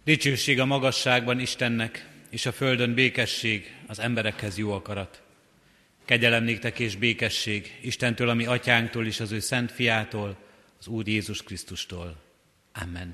Dicsőség a magasságban Istennek, és a földön békesség, az emberekhez jó akarat. Kegyelem néktek és békesség Istentől, a mi atyánktól és az ő szent fiától, az Úr Jézus Krisztustól. Amen.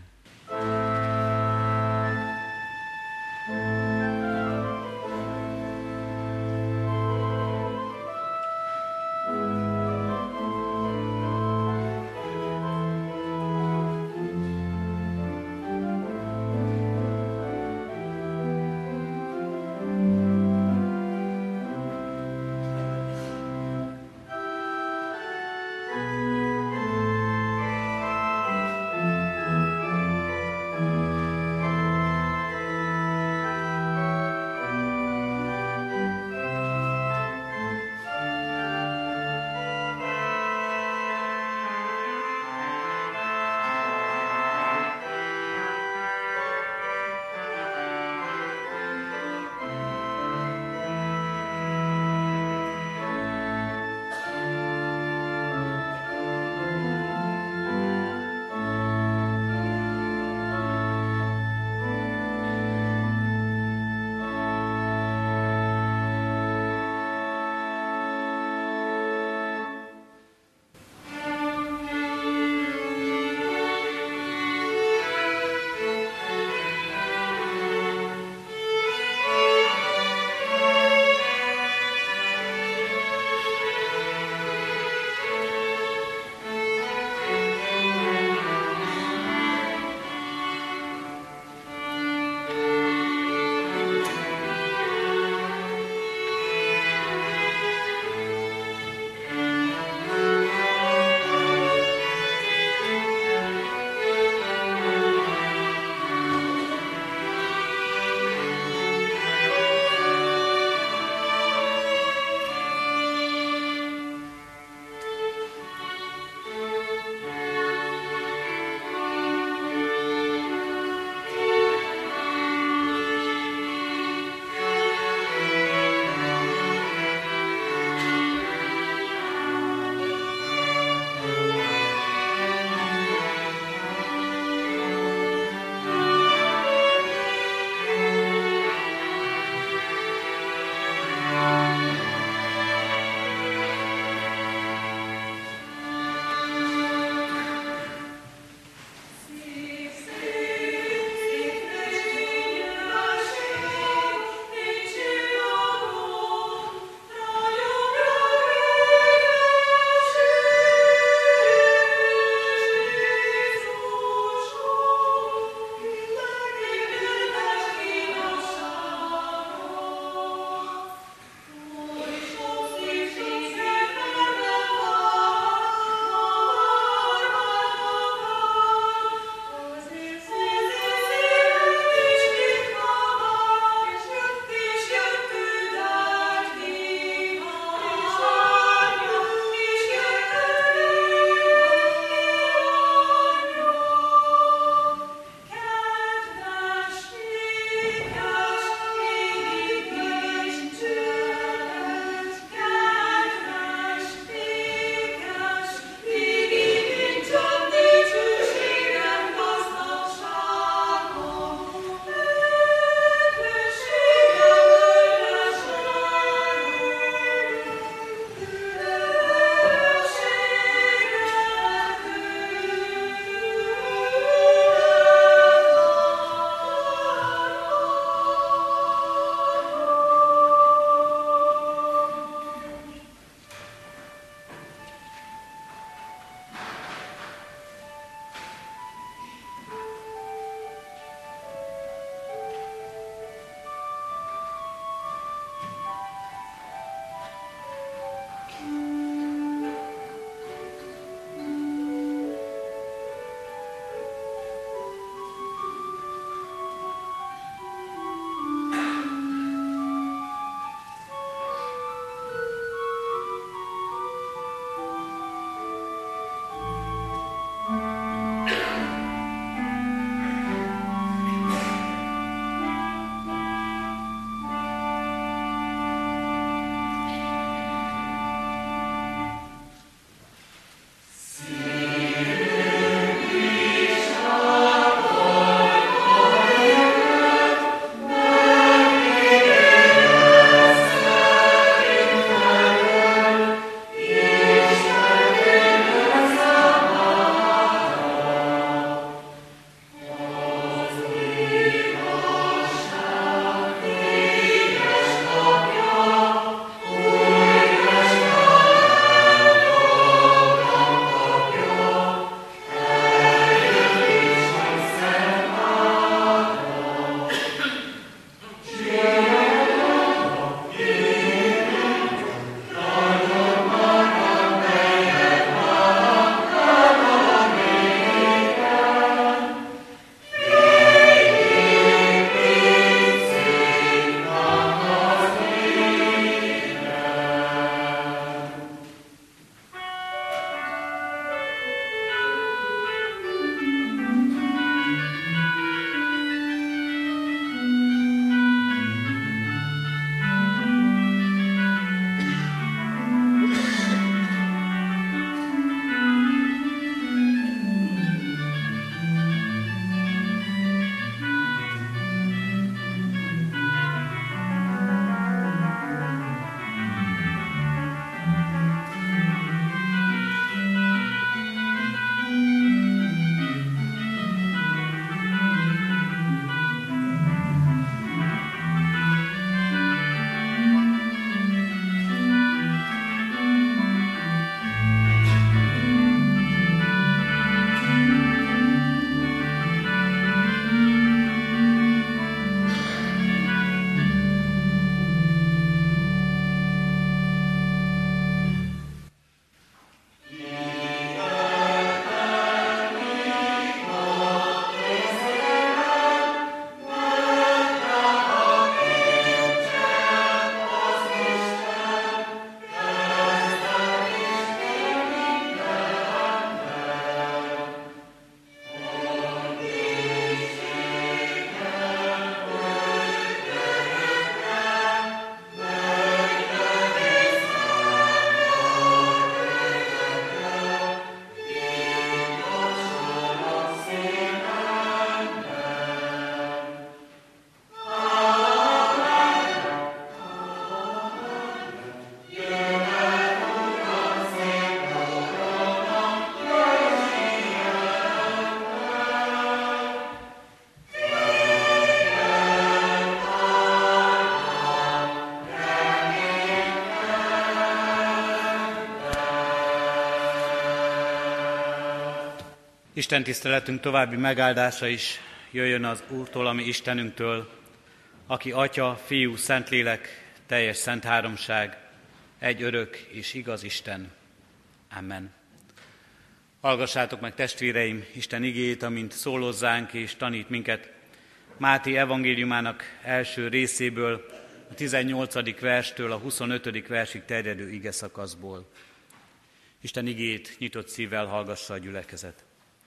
Isten tiszteletünk további megáldása is jöjjön az Úrtól, ami Istenünktől, aki Atya, Fiú, Szentlélek, teljes szent háromság, egy örök és igaz Isten. Amen. Hallgassátok meg, testvéreim, Isten igéjét, amint szól hozzánk és tanít minket Máté evangéliumának első részéből, a 18. verstől a 25. versig terjedő igeszakaszból. Isten igéjét nyitott szívvel hallgassa a gyülekezet.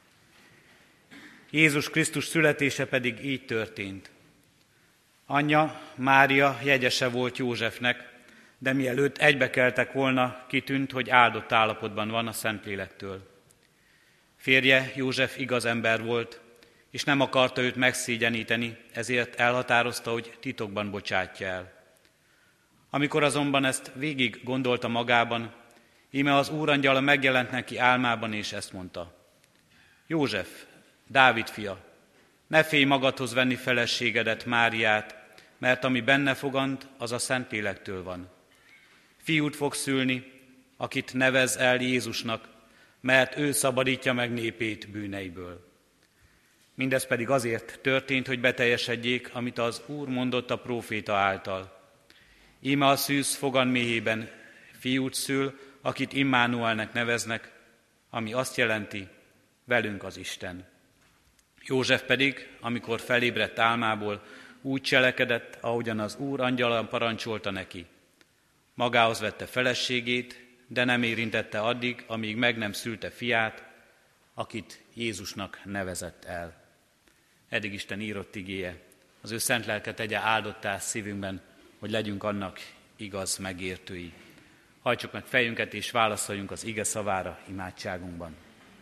Jézus Krisztus születése pedig így történt. Anyja, Mária jegyese volt Józsefnek, de mielőtt egybekeltek volna, kitűnt, hogy áldott állapotban van a Szentlélektől. Férje, József igaz ember volt, és nem akarta őt megszégyeníteni, ezért elhatározta, hogy titokban bocsátja el. Amikor azonban ezt végig gondolta magában, íme az úrangyala megjelent neki álmában, és ezt mondta: József, Dávid fia, ne félj magadhoz venni feleségedet, Máriát, mert ami benne fogant, az a Szentlélektől van. Fiút fog szülni, akit nevez el Jézusnak, mert ő szabadítja meg népét bűneiből. Mindez pedig azért történt, hogy beteljesedjék, amit az Úr mondott a próféta által. Íme a szűz fogan méhében fiút szül, akit Immánuelnek neveznek, ami azt jelenti, velünk az Isten. József pedig, amikor felébredt álmából, úgy cselekedett, ahogyan az Úr angyala parancsolta neki. Magához vette feleségét, de nem érintette addig, amíg meg nem szülte fiát, akit Jézusnak nevezett el. Eddig Isten írott igéje. Az ő szent lelke tegye áldottá szívünkben, hogy legyünk annak igaz megértői. Hajtsuk meg fejünket és válaszoljunk az ige szavára imádságunkban.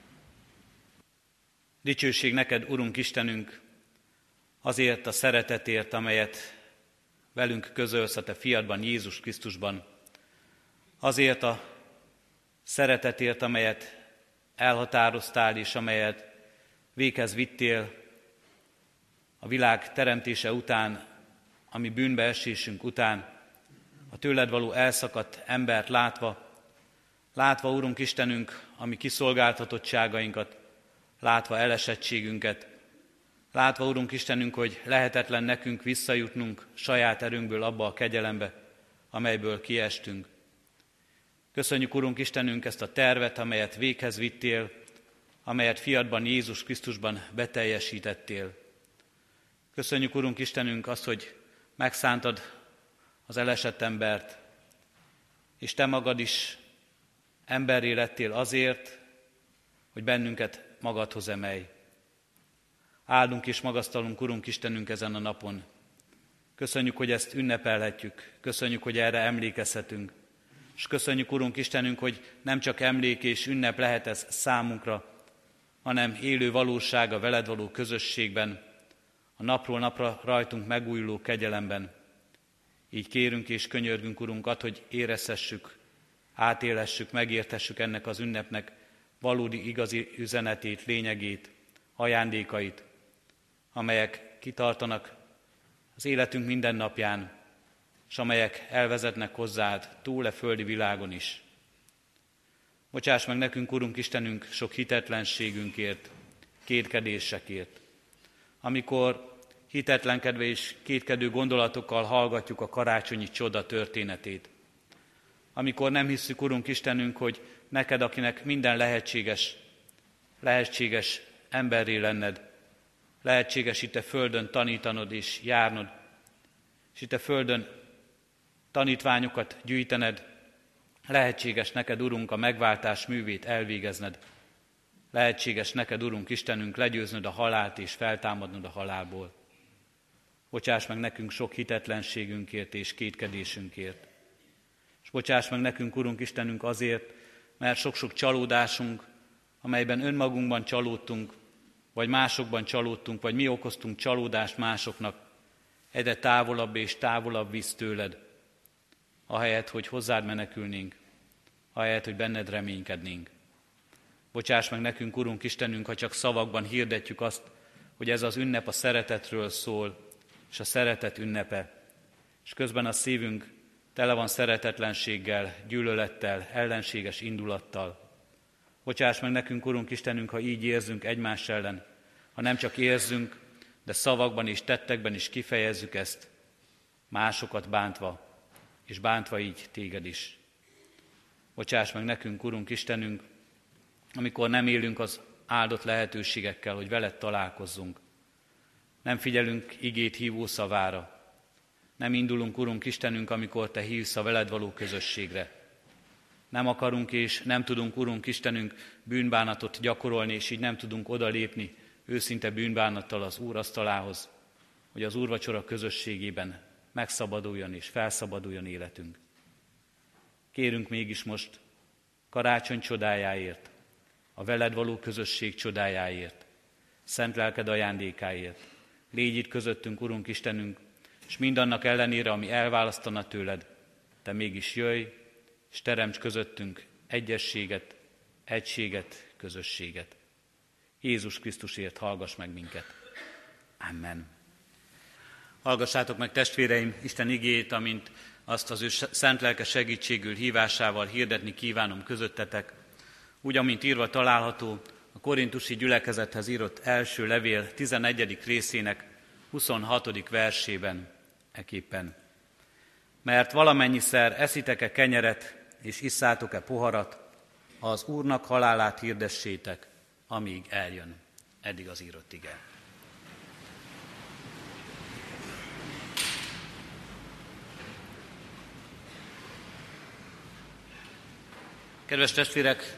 Dicsőség neked, Urunk Istenünk, azért a szeretetért, amelyet velünk közölsz a te fiadban, Jézus Krisztusban, azért a szeretetért, amelyet elhatároztál és amelyet véghez vittél a világ teremtése után, ami bűnbeesésünk után, a tőled való elszakadt embert látva, Urunk Istenünk, a mi kiszolgáltatottságainkat, látva elesettségünket, látva, Urunk Istenünk, hogy lehetetlen nekünk visszajutnunk saját erőnkből abba a kegyelembe, amelyből kiestünk. Köszönjük, Urunk Istenünk, ezt a tervet, amelyet véghez vittél, amelyet fiadban, Jézus Krisztusban beteljesítettél. Köszönjük, Urunk Istenünk, azt, hogy megszántad az elesett embert, és te magad is emberré lettél azért, hogy bennünket magadhoz emelj. Áldunk és magasztalunk, Urunk Istenünk, ezen a napon. Köszönjük, hogy ezt ünnepelhetjük, köszönjük, hogy erre emlékezhetünk, és köszönjük, Urunk Istenünk, hogy nem csak emlék és ünnep lehet ez számunkra, hanem élő valóság a veled való közösségben, a napról napra rajtunk megújuló kegyelemben. Így kérünk és könyörgünk, Urunk, hogy érezhessük, átélhessük, megértessük ennek az ünnepnek valódi igazi üzenetét, lényegét, ajándékait, amelyek kitartanak az életünk minden napján, és amelyek elvezetnek hozzád túl a földi világon is. Bocsáss meg nekünk, Urunk Istenünk, sok hitetlenségünkért, kétkedésekért. Amikor hitetlenkedve és kétkedő gondolatokkal hallgatjuk a karácsonyi csoda történetét. Amikor nem hisszük, Urunk Istenünk, hogy neked, akinek minden lehetséges emberré lenned, lehetséges itt a földön tanítanod és járnod, és itt a földön tanítványokat gyűjtened, lehetséges neked, Urunk, a megváltás művét elvégezned, lehetséges neked, Urunk Istenünk, legyőznöd a halált és feltámadnod a halálból. Bocsáss meg nekünk sok hitetlenségünkért és kétkedésünkért. És bocsáss meg nekünk, Urunk Istenünk, azért, mert sok-sok csalódásunk, amelyben önmagunkban csalódtunk, vagy másokban csalódtunk, vagy mi okoztunk csalódást másoknak, egyre távolabb és távolabb visz tőled, ahelyett, hogy hozzád menekülnénk, ahelyett, hogy benned reménykednénk. Bocsáss meg nekünk, Urunk Istenünk, ha csak szavakban hirdetjük azt, hogy ez az ünnep a szeretetről szól, és a szeretet ünnepe, és közben a szívünk tele van szeretetlenséggel, gyűlölettel, ellenséges indulattal. Bocsáss meg nekünk, Urunk Istenünk, ha így érzünk egymás ellen, ha nem csak érzünk, de szavakban és tettekben is kifejezzük ezt, másokat bántva, és bántva így téged is. Bocsáss meg nekünk, Urunk Istenünk, amikor nem élünk az áldott lehetőségekkel, hogy veled találkozzunk. Nem figyelünk igét hívó szavára. Nem indulunk, Urunk Istenünk, amikor Te hívsz a veled való közösségre. Nem akarunk és nem tudunk, Urunk Istenünk, bűnbánatot gyakorolni, és így nem tudunk odalépni őszinte bűnbánattal az Úr asztalához, hogy az úrvacsora közösségében megszabaduljon és felszabaduljon életünk. Kérünk mégis most karácsony csodájáért, a veled való közösség csodájáért, szent lelked ajándékáért. Légy itt közöttünk, Urunk Istenünk, és mindannak ellenére, ami elválasztana tőled, Te mégis jöjj, és teremts közöttünk egyességet, egységet, közösséget. Jézus Krisztusért hallgass meg minket. Amen. Hallgassátok meg, testvéreim, Isten igéjét, amint azt az ő szent lelke segítségül hívásával hirdetni kívánom közöttetek, úgy, amint írva található a korintusi gyülekezethez írott első levél 11. részének 26. versében eképpen. Mert valamennyiszer eszitek-e kenyeret, és isszátok-e poharat, az Úrnak halálát hirdessétek, amíg eljön. Eddig az írott ige. Kedves testvérek,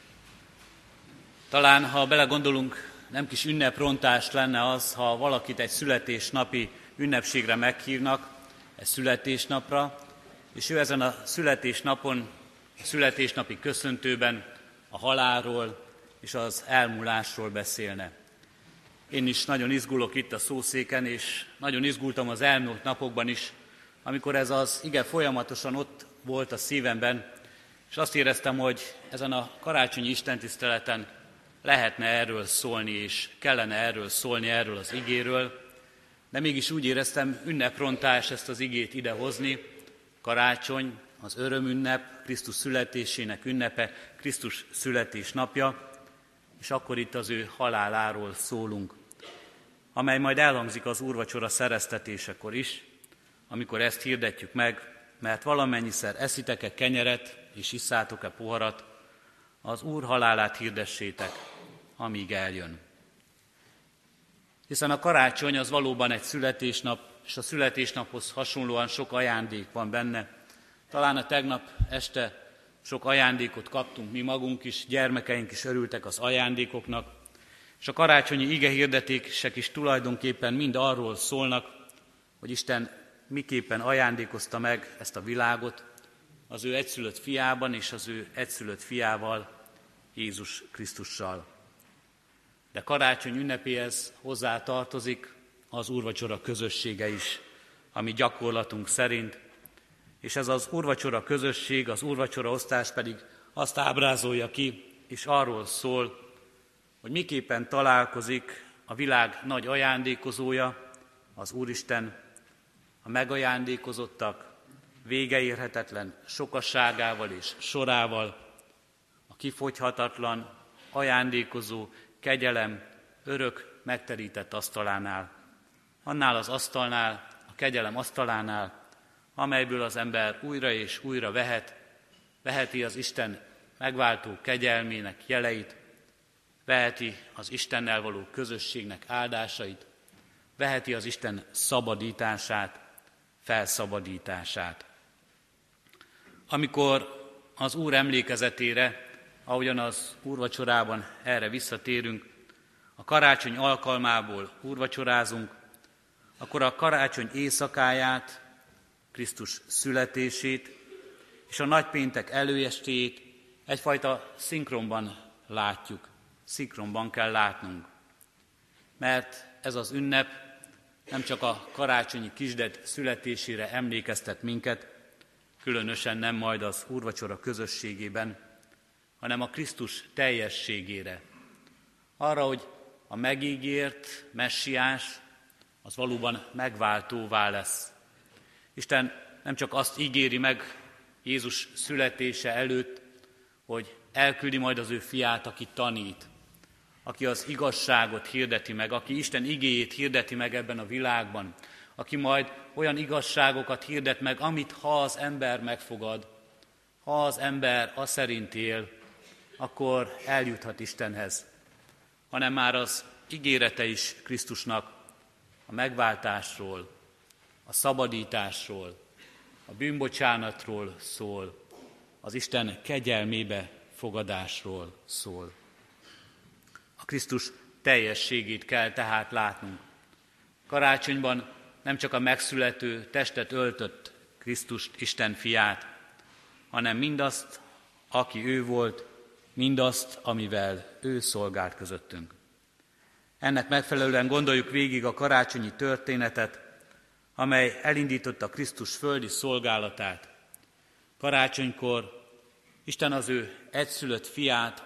talán, ha belegondolunk, nem kis ünneprontás lenne az, ha valakit egy születésnapi ünnepségre meghívnak, egy születésnapra, és ő ezen a születésnapon, a születésnapi köszöntőben a halálról és az elmúlásról beszélne. Én is nagyon izgulok itt a szószéken, és nagyon izgultam az elmúlt napokban is, amikor ez az ige folyamatosan ott volt a szívemben, és azt éreztem, hogy ezen a karácsonyi istentiszteleten lehetne erről szólni, és kellene erről szólni, erről az igéről, de mégis úgy éreztem, ünneprontás ezt az igét idehozni. Karácsony, az örömünnep, Krisztus születésének ünnepe, Krisztus születésnapja, és akkor itt az ő haláláról szólunk, amely majd elhangzik az úrvacsora szereztetésekor is, amikor ezt hirdetjük meg, mert valamennyiszer eszitek-e kenyeret, és isszátok-e poharat, az Úr halálát hirdessétek, amíg eljön. Hiszen a karácsony az valóban egy születésnap, és a születésnaphoz hasonlóan sok ajándék van benne. Talán a tegnap este sok ajándékot kaptunk mi magunk is, gyermekeink is örültek az ajándékoknak, és a karácsonyi igehirdetések is tulajdonképpen mind arról szólnak, hogy Isten miképpen ajándékozta meg ezt a világot az ő egyszülött fiában és az ő egyszülött fiával, Jézus Krisztussal. De karácsony ünnepéhez hozzá tartozik az úrvacsora közössége is, ami gyakorlatunk szerint, és ez az úrvacsora közösség, az úrvacsora osztás pedig azt ábrázolja ki, és arról szól, hogy miképpen találkozik a világ nagy ajándékozója, az Úristen, a megajándékozottak végeérhetetlen sokasságával és sorával, a kifogyhatatlan, ajándékozó kegyelem örök megterített asztalánál, annál az asztalnál, a kegyelem asztalánál, amelyből az ember újra és újra veheti az Isten megváltó kegyelmének jeleit, veheti az Istennel való közösségnek áldásait, veheti az Isten szabadítását, felszabadítását. Amikor az Úr emlékezetére, ahogyan az úrvacsorában erre visszatérünk, a karácsony alkalmából úrvacsorázunk, akkor a karácsony éjszakáját, Krisztus születését és a nagypéntek előestéjét egyfajta szinkronban látjuk. Szinkronban kell látnunk. Mert ez az ünnep nem csak a karácsonyi kisded születésére emlékeztet minket, különösen nem majd az úrvacsora közösségében, hanem a Krisztus teljességére. Arra, hogy a megígért messiás az valóban megváltóvá lesz. Isten nem csak azt ígéri meg Jézus születése előtt, hogy elküldi majd az ő fiát, aki tanít, aki az igazságot hirdeti meg, aki Isten igéjét hirdeti meg ebben a világban, aki majd olyan igazságokat hirdet meg, amit ha az ember megfogad, ha az ember az szerint él, akkor eljuthat Istenhez, hanem már az ígérete is Krisztusnak a megváltásról, a szabadításról, a bűnbocsánatról szól, az Isten kegyelmébe fogadásról szól. A Krisztus teljességét kell tehát látnunk. Karácsonyban nem csak a megszülető, testet öltött Krisztust, Isten fiát, hanem mindazt, aki ő volt, mindazt, amivel ő szolgált közöttünk. Ennek megfelelően gondoljuk végig a karácsonyi történetet, amely elindította Krisztus földi szolgálatát. Karácsonykor Isten az ő egyszülött fiát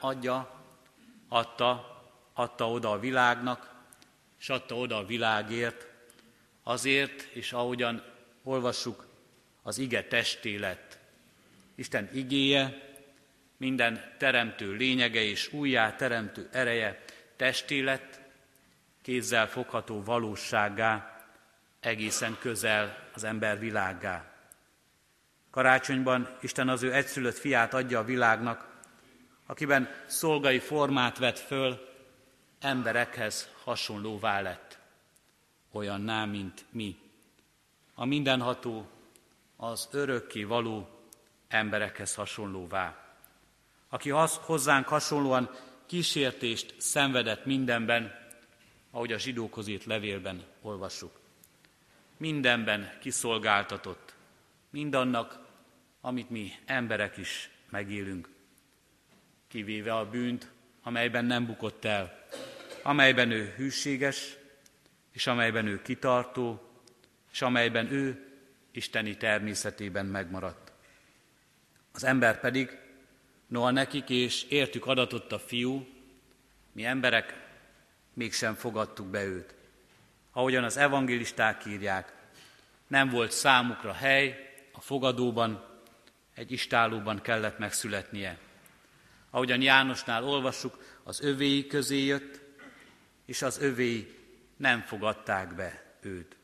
adta oda a világnak, és adta oda a világért, azért, és ahogyan olvassuk, az ige testé lett. Isten igéje, minden teremtő lényege és újjá teremtő ereje testé lett, kézzel fogható valósággá, egészen közel az ember világgá. Karácsonyban Isten az ő egyszülött fiát adja a világnak, akiben szolgai formát vett föl, emberekhez hasonlóvá lett, olyanná, mint mi. A mindenható, az örökké való emberekhez hasonlóvá, aki hozzánk hasonlóan kísértést szenvedett mindenben, ahogy a zsidókhoz írt levélben olvassuk. Mindenben kiszolgáltatott, mindannak, amit mi emberek is megélünk, kivéve a bűnt, amelyben nem bukott el, amelyben ő hűséges, és amelyben ő kitartó, és amelyben ő isteni természetében megmaradt. Az ember pedig, noha nekik és értük adatott a fiú, mi emberek mégsem fogadtuk be őt. Ahogyan az evangélisták írják, nem volt számukra hely a fogadóban, egy istállóban kellett megszületnie. Ahogyan Jánosnál olvassuk, az övéi közé jött, és az övéi nem fogadták be őt.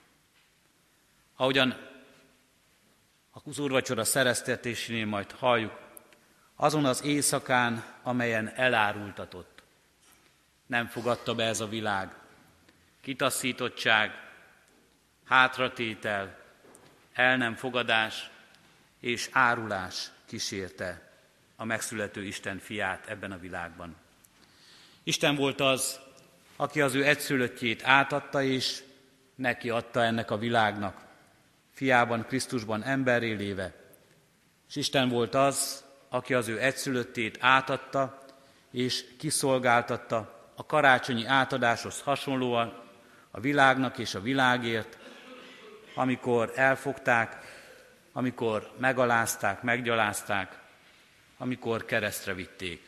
Ahogyan az úrvacsora szereztetésénél majd halljuk, azon az éjszakán, amelyen elárultatott, nem fogadta be ez a világ. Kitaszítottság, hátratétel, el nem fogadás és árulás kísérte a megszülető Isten fiát ebben a világban. Isten volt az, aki az ő egyszülöttjét átadta, és neki adta ennek a világnak, fiában, Krisztusban emberré léve. És Isten volt az, aki az ő egyszülöttét átadta, és kiszolgáltatta a karácsonyi átadáshoz hasonlóan a világnak és a világért, amikor elfogták, amikor megalázták, meggyalázták, amikor keresztre vitték.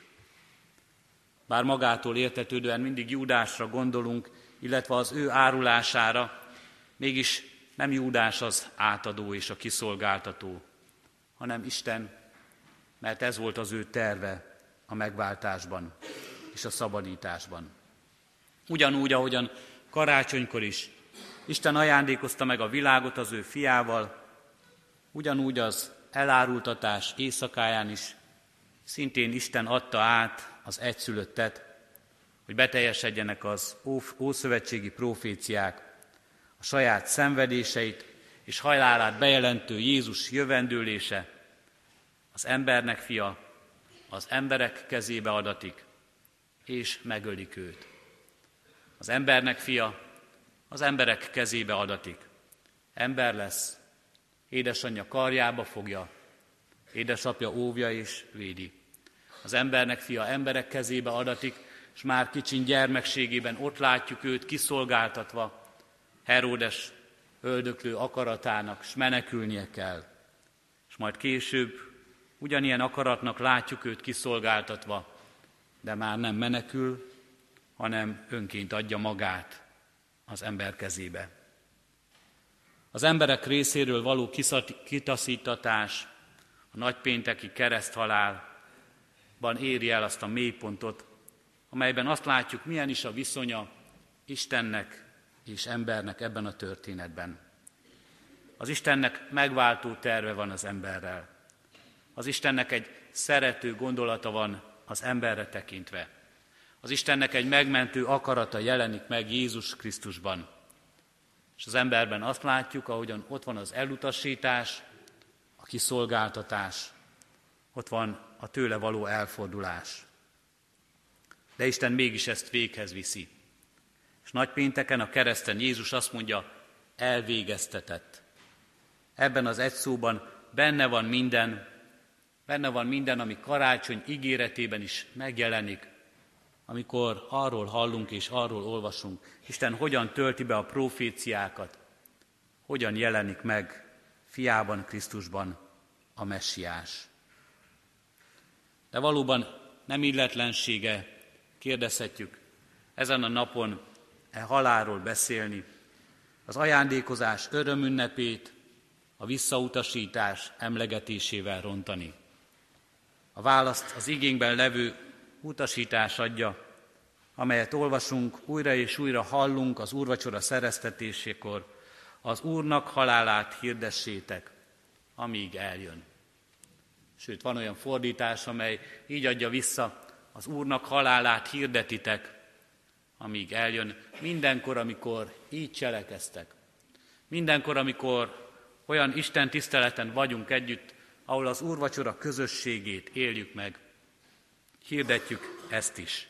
Bár magától értetődően mindig Júdásra gondolunk, illetve az ő árulására, mégis nem Júdás az átadó és a kiszolgáltató, hanem Isten, mert ez volt az ő terve a megváltásban és a szabadításban. Ugyanúgy, ahogyan karácsonykor is Isten ajándékozta meg a világot az ő fiával, ugyanúgy az elárultatás éjszakáján is szintén Isten adta át az egyszülöttet, hogy beteljesedjenek az ószövetségi proféciák, a saját szenvedéseit és halálát bejelentő Jézus jövendőlése, az embernek fia, az emberek kezébe adatik, és megölik őt. Az embernek fia, az emberek kezébe adatik. Ember lesz, édesanyja karjába fogja, édesapja óvja és védi. Az embernek fia emberek kezébe adatik, és már kicsin gyermekségében ott látjuk őt kiszolgáltatva, Heródes öldöklő akaratának, s menekülnie kell. És majd később ugyanilyen akaratnak látjuk őt kiszolgáltatva, de már nem menekül, hanem önként adja magát az ember kezébe. Az emberek részéről való kitaszítatás, a nagypénteki kereszthalál éri el azt a mélypontot, amelyben azt látjuk, milyen is a viszonya Istennek és embernek ebben a történetben. Az Istennek megváltó terve van az emberrel. Az Istennek egy szerető gondolata van az emberre tekintve. Az Istennek egy megmentő akarata jelenik meg Jézus Krisztusban. És az emberben azt látjuk, ahogyan ott van az elutasítás, a kiszolgáltatás, ott van a tőle való elfordulás. De Isten mégis ezt véghez viszi. És nagypénteken a kereszten Jézus azt mondja, elvégeztetett. Ebben az egy szóban benne van minden, ami karácsony ígéretében is megjelenik, amikor arról hallunk és arról olvasunk, Isten hogyan tölti be a proféciákat, hogyan jelenik meg fiában, Krisztusban a messiás. De valóban nem illetlensége, kérdezhetjük, ezen a napon halálról beszélni, az ajándékozás örömünnepét a visszautasítás emlegetésével rontani. A választ az igénkben levő utasítás adja, amelyet olvasunk, újra és újra hallunk az úrvacsora szereztetésekor, az Úrnak halálát hirdessétek, amíg eljön. Sőt, van olyan fordítás, amely így adja vissza, az Úrnak halálát hirdetitek, amíg eljön, mindenkor, amikor így cselekeztek. Mindenkor, amikor olyan Isten tiszteleten vagyunk együtt, ahol az úrvacsora közösségét éljük meg, hirdetjük ezt is.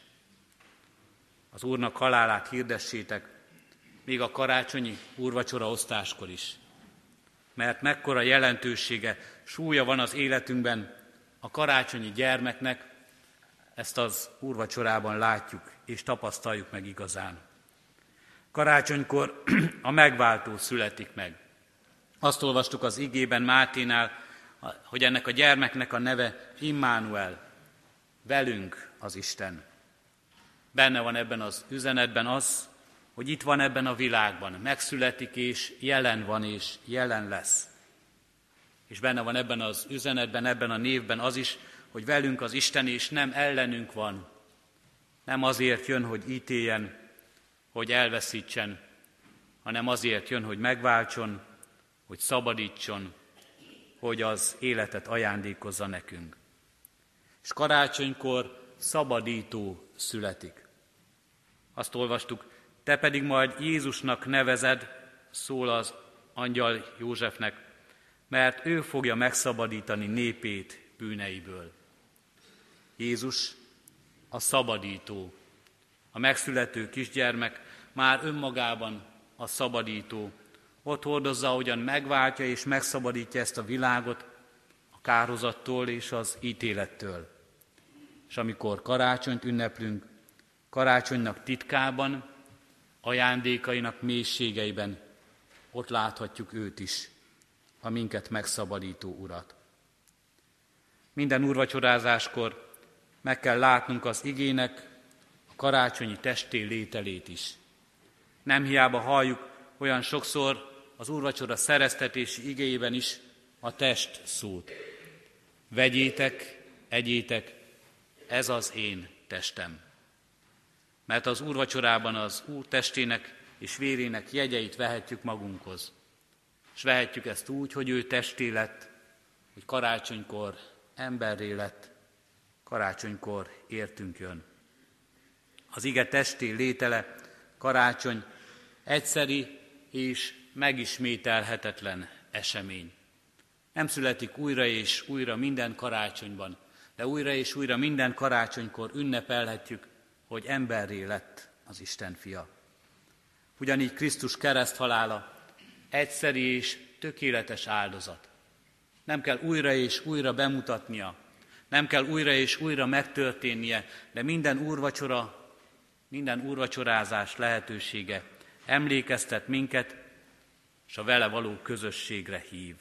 Az Úrnak halálát hirdessétek, még a karácsonyi úrvacsora osztáskor is. Mert mekkora jelentősége, súlya van az életünkben a karácsonyi gyermeknek, ezt az úrvacsorában látjuk és tapasztaljuk meg igazán. Karácsonykor a megváltó születik meg. Azt olvastuk az igében Máténál, hogy ennek a gyermeknek a neve Immanuel, velünk az Isten. Benne van ebben az üzenetben az, hogy itt van ebben a világban, megszületik és jelen van és jelen lesz. És benne van ebben az üzenetben, ebben a névben az is, hogy velünk az Isten és nem ellenünk van. Nem azért jön, hogy ítéljen, hogy elveszítsen, hanem azért jön, hogy megváltson, hogy szabadítson, hogy az életet ajándékozza nekünk. És karácsonykor szabadító születik. Azt olvastuk, te pedig majd Jézusnak nevezed, szól az angyal Józsefnek, mert ő fogja megszabadítani népét bűneiből. Jézus a szabadító, a megszülető kisgyermek már önmagában a szabadító. Ott hordozza, ahogyan megváltja és megszabadítja ezt a világot a kározattól és az ítélettől. És amikor karácsonyt ünneplünk, karácsonynak titkában, ajándékainak mélységeiben ott láthatjuk őt is, a minket megszabadító Urat. Minden úrvacsorázáskor meg kell látnunk az igének a karácsonyi testé lételét is. Nem hiába halljuk olyan sokszor az úrvacsora szereztetési igéjében is a test szót. Vegyétek, egyétek, ez az én testem. Mert az úrvacsorában az Úr testének és vérének jegyeit vehetjük magunkhoz. És vehetjük ezt úgy, hogy ő testé lett, hogy karácsonykor emberré lett, karácsonykor értünk jön. Az ige testé létele, karácsony egyszeri és megismételhetetlen esemény. Nem születik újra és újra minden karácsonyban, de újra és újra minden karácsonykor ünnepelhetjük, hogy emberré lett az Isten fia. Ugyanígy Krisztus kereszthalála egyszeri és tökéletes áldozat. Nem kell újra és újra bemutatnia, nem kell újra és újra megtörténnie, de minden úrvacsora, minden úrvacsorázás lehetősége emlékeztet minket, és a vele való közösségre hív.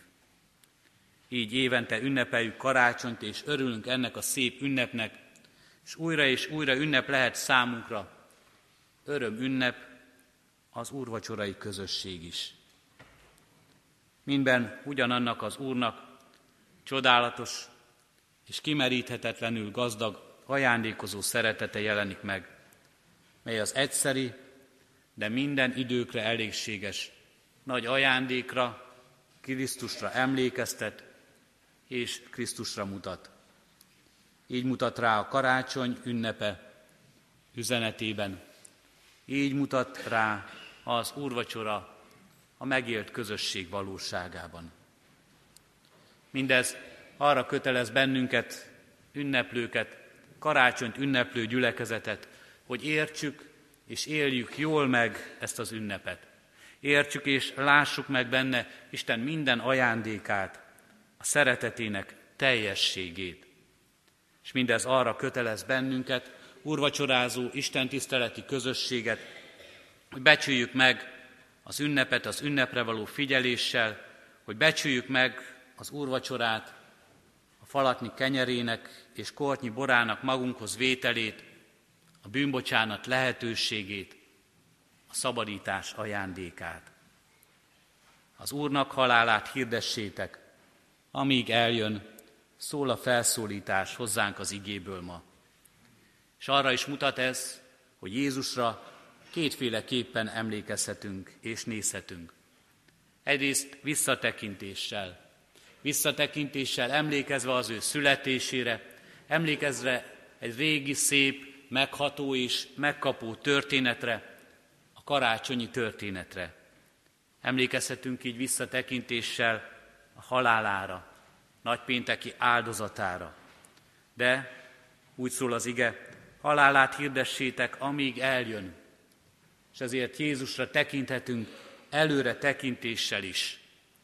Így évente ünnepeljük karácsonyt, és örülünk ennek a szép ünnepnek, és újra ünnep lehet számunkra. Öröm ünnep az úrvacsorai közösség is. Mindben ugyanannak az Úrnak csodálatos, és kimeríthetetlenül gazdag, ajándékozó szeretete jelenik meg, mely az egyszeri, de minden időkre elégséges nagy ajándékra, Krisztusra emlékeztet és Krisztusra mutat. Így mutat rá a karácsony ünnepe üzenetében. Így mutat rá az úrvacsora a megélt közösség valóságában. Mindez arra kötelez bennünket, ünneplőket, karácsonyt ünneplő gyülekezetet, hogy értsük és éljük jól meg ezt az ünnepet. Értsük és lássuk meg benne Isten minden ajándékát, a szeretetének teljességét. És mindez arra kötelez bennünket, úrvacsorázó istentiszteleti közösséget, hogy becsüljük meg az ünnepet, az ünnepre való figyeléssel, hogy becsüljük meg az úrvacsorát, a falatnyi kenyerének és kortnyi borának magunkhoz vételét, a bűnbocsánat lehetőségét, a szabadítás ajándékát. Az Úrnak halálát hirdessétek, amíg eljön, szól a felszólítás hozzánk az igéből ma. És arra is mutat ez, hogy Jézusra kétféleképpen emlékezhetünk és nézhetünk. Egyrészt visszatekintéssel emlékezve az ő születésére, emlékezve egy régi, szép, megható és megkapó történetre, a karácsonyi történetre. Emlékezhetünk így visszatekintéssel a halálára, nagypénteki áldozatára. De úgy szól az ige, halálát hirdessétek, amíg eljön. És ezért Jézusra tekinthetünk előre tekintéssel is,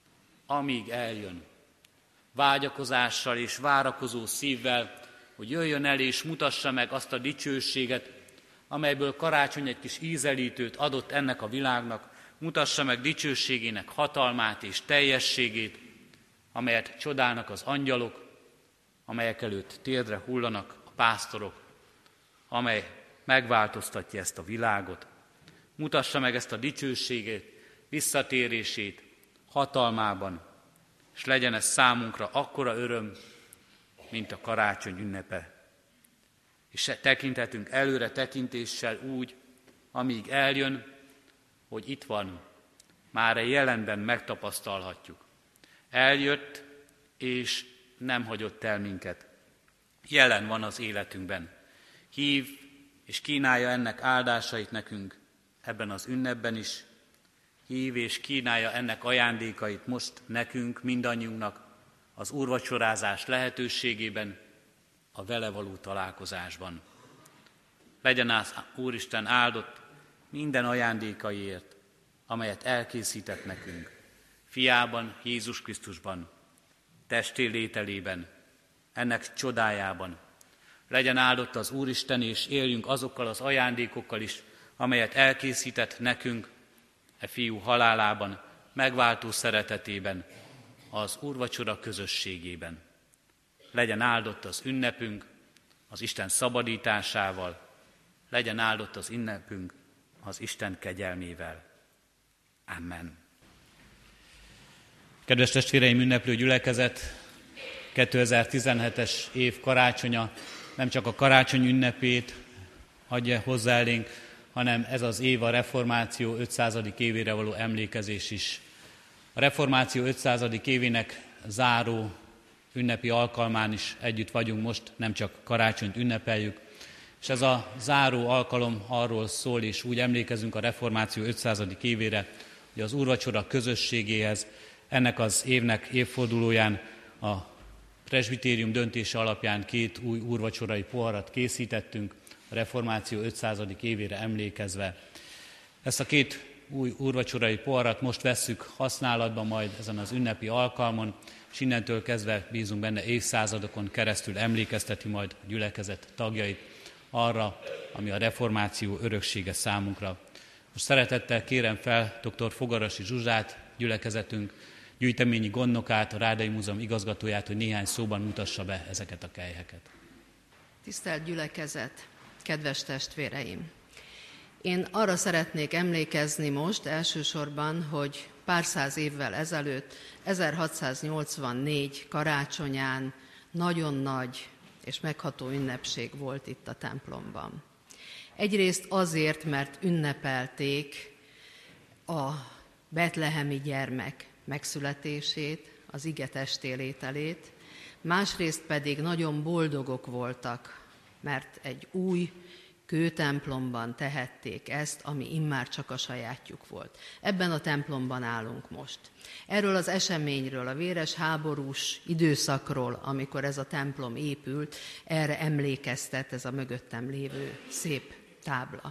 amíg eljön. Vágyakozással és várakozó szívvel, hogy jöjjön el és mutassa meg azt a dicsőséget, amelyből karácsony egy kis ízelítőt adott ennek a világnak, mutassa meg dicsőségének hatalmát és teljességét, amelyet csodálnak az angyalok, amelyek előtt térdre hullanak a pásztorok, amely megváltoztatja ezt a világot. Mutassa meg ezt a dicsőségét, visszatérését hatalmában, és legyen ez számunkra akkora öröm, mint a karácsony ünnepe. És tekinthetünk előre tekintéssel úgy, amíg eljön, hogy itt van, már a jelenben megtapasztalhatjuk. Eljött, és nem hagyott el minket. Jelen van az életünkben. Hív és kínálja ennek áldásait nekünk ebben az ünnepben is. Hív és kínálja ennek ajándékait most nekünk, mindannyiunknak az úrvacsorázás lehetőségében, a vele való találkozásban. Legyen az Úristen áldott minden ajándékaiért, amelyet elkészített nekünk, fiában, Jézus Krisztusban, testi lételében, ennek csodájában. Legyen áldott az Úristen, és éljünk azokkal az ajándékokkal is, amelyet elkészített nekünk, e fiú halálában, megváltó szeretetében, az úrvacsora közösségében. Legyen áldott az ünnepünk az Isten szabadításával, legyen áldott az ünnepünk az Isten kegyelmével. Amen. Kedves testvéreim, ünneplő gyülekezet, 2017-es év karácsonya nem csak a karácsony ünnepét adja hozzá elénk, hanem ez az év a reformáció 500. évére való emlékezés is. A reformáció 500. évének záró ünnepi alkalmán is együtt vagyunk most, nem csak karácsonyt ünnepeljük, és ez a záró alkalom arról szól, és úgy emlékezünk a reformáció 500. évére, hogy az úrvacsora közösségéhez ennek az évnek évfordulóján a presbitérium döntése alapján 2 új úrvacsorai poharat készítettünk, a reformáció 500. évére emlékezve. Ezt a 2 új úrvacsorai poharat most vesszük használatba majd ezen az ünnepi alkalmon, és innentől kezdve bízunk benne évszázadokon keresztül emlékezteti majd a gyülekezet tagjait arra, ami a reformáció öröksége számunkra. Most szeretettel kérem fel dr. Fogarasi Zsuzsát, gyülekezetünk gyűjteményi gondnokát, a Rádai Múzeum igazgatóját, hogy néhány szóban mutassa be ezeket a kelyheket. Tisztelt gyülekezet, kedves testvéreim! Én arra szeretnék emlékezni most elsősorban, hogy pár száz évvel ezelőtt, 1684 karácsonyán nagyon nagy és megható ünnepség volt itt a templomban. Egyrészt azért, mert ünnepelték a betlehemi gyermek megszületését, az ige testélételét, másrészt pedig nagyon boldogok voltak, mert egy új kőtemplomban tehették ezt, ami immár csak a sajátjuk volt. Ebben a templomban állunk most. Erről az eseményről, a véres háborús időszakról, amikor ez a templom épült, erre emlékeztet ez a mögöttem lévő szép tábla.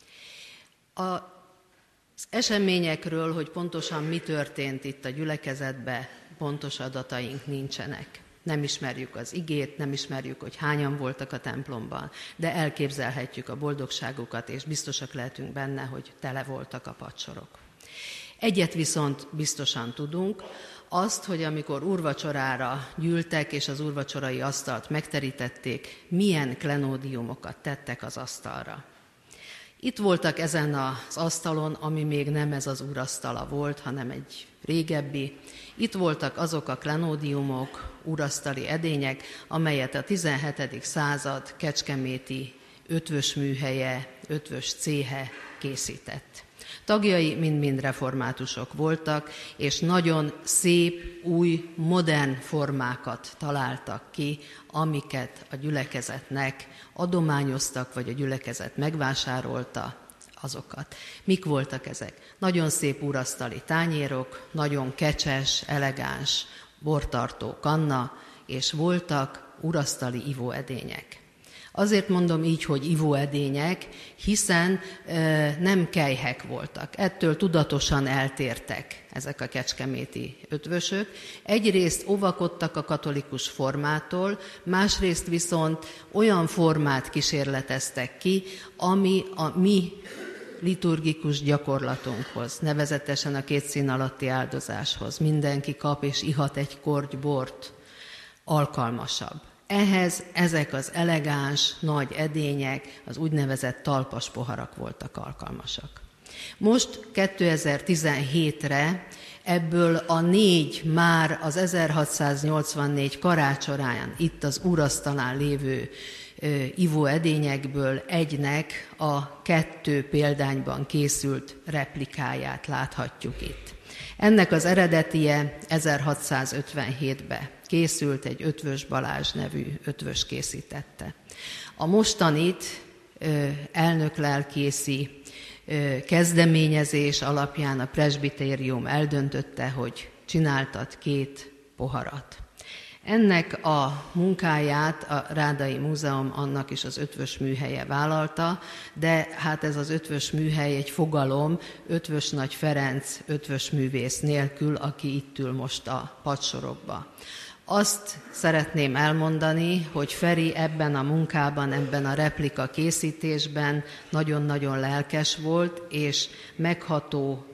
Az eseményekről, hogy pontosan mi történt itt a gyülekezetben, pontos adataink nincsenek. Nem ismerjük az igét, nem ismerjük, hogy hányan voltak a templomban, de elképzelhetjük a boldogságukat, és biztosak lehetünk benne, hogy tele voltak a padsorok. Egyet viszont biztosan tudunk, azt, hogy amikor úrvacsorára gyűltek, és az úrvacsorai asztalt megterítették, milyen klenódiumokat tettek az asztalra. Itt voltak ezen az asztalon, ami még nem ez az úrasztala volt, hanem egy régebbi. Itt voltak azok a klenódiumok, úrasztali edények, amelyet a 17. század kecskeméti ötvös műhelye, ötvös céhe készített. Tagjai mind-mind reformátusok voltak, és nagyon szép, új, modern formákat találtak ki, amiket a gyülekezetnek adományoztak, vagy a gyülekezet megvásárolta azokat. Mik voltak ezek? Nagyon szép úrasztali tányérok, nagyon kecses, elegáns bortartó kanna, és voltak úrasztali ivóedények. Azért mondom így, hogy ivóedények, hiszen nem kelyhek voltak. Ettől tudatosan eltértek ezek a kecskeméti ötvösök. Egyrészt óvakodtak a katolikus formától, másrészt viszont olyan formát kísérleteztek ki, ami a mi liturgikus gyakorlatunkhoz, nevezetesen a két szín alatti áldozáshoz, mindenki kap és ihat egy korty bort, alkalmasabb. Ehhez ezek az elegáns, nagy edények, az úgynevezett talpas poharak voltak alkalmasak. Most 2017-re ebből a 4 már az 1684 karácsonyán itt az úrasztalán lévő ivóedényekből egynek a 2 példányban készült replikáját láthatjuk itt. Ennek az eredetie 1657-ben készült, egy Ötvös Balázs nevű ötvös készítette. A mostanit elnöklelkészi kezdeményezés alapján a presbitérium eldöntötte, hogy csináltat 2 poharat. Ennek a munkáját a Rádai Múzeum, annak is az ötvös műhelye vállalta, de hát ez az ötvös műhely egy fogalom, Ötvös Nagy Ferenc ötvös művész nélkül, aki itt ül most a padsorokba. Azt szeretném elmondani, hogy Feri ebben a munkában, ebben a replika készítésben nagyon-nagyon lelkes volt, és megható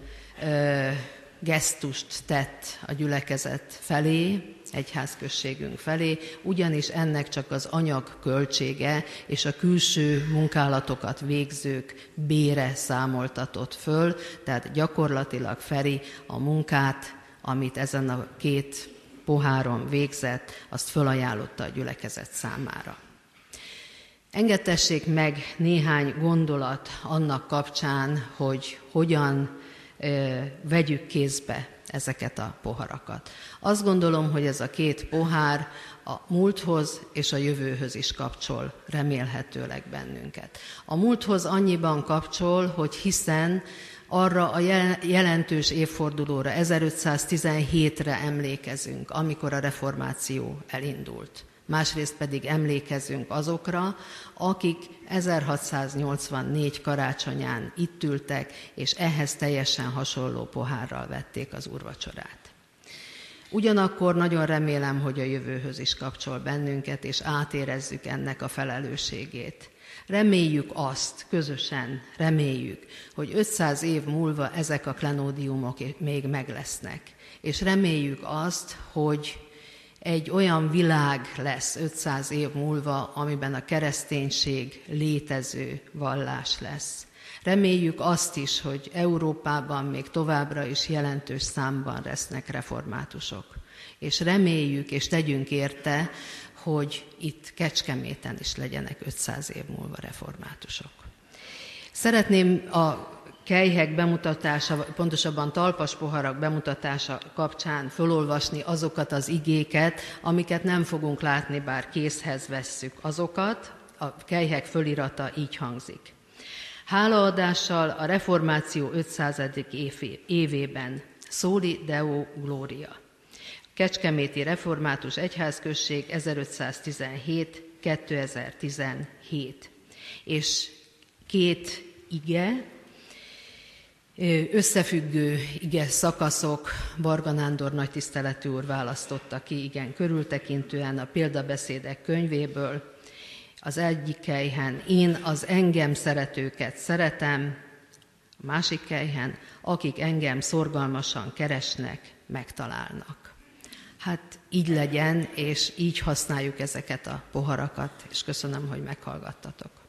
gesztust tett a gyülekezet felé, egyházközségünk felé, ugyanis ennek csak az anyag költsége és a külső munkálatokat végzők bére számoltatott föl, tehát gyakorlatilag Feri a munkát, amit ezen a 2 poháron végzett, azt fölajánlotta a gyülekezet számára. Engedtessék meg néhány gondolat annak kapcsán, hogy hogyan vegyük kézbe ezeket a poharakat. Azt gondolom, hogy ez a 2 pohár a múlthoz és a jövőhöz is kapcsol remélhetőleg bennünket. A múlthoz annyiban kapcsol, hogy hiszen arra a jelentős évfordulóra, 1517-re emlékezünk, amikor a reformáció elindult. Másrészt pedig emlékezünk azokra, akik 1684 karácsonyán itt ültek, és ehhez teljesen hasonló pohárral vették az úrvacsorát. Ugyanakkor nagyon remélem, hogy a jövőhöz is kapcsol bennünket, és átérezzük ennek a felelősségét. Reméljük azt, közösen reméljük, hogy 500 év múlva ezek a klenódiumok még meg lesznek. És reméljük azt, hogy egy olyan világ lesz 500 év múlva, amiben a kereszténység létező vallás lesz. Reméljük azt is, hogy Európában még továbbra is jelentős számban lesznek reformátusok. És reméljük, és tegyünk érte, hogy itt Kecskeméten is legyenek 500 év múlva reformátusok. Szeretném a kelyhek bemutatása, pontosabban talpas poharak bemutatása kapcsán felolvasni azokat az igéket, amiket nem fogunk látni, bár kézhez vesszük azokat. A kelyhek fölirata így hangzik. Hálaadással a reformáció 500. évében Soli Deo Gloria. Kecskeméti Református Egyházközség 1517-2017. És két ige, összefüggő ige szakaszok, Varga Nándor nagytiszteletű úr választotta ki igen körültekintően a példabeszédek könyvéből. Az egyik kelyhen én az engem szeretőket szeretem, a másik kelyhen akik engem szorgalmasan keresnek, megtalálnak. Hát így legyen, és így használjuk ezeket a poharakat, és köszönöm, hogy meghallgattatok.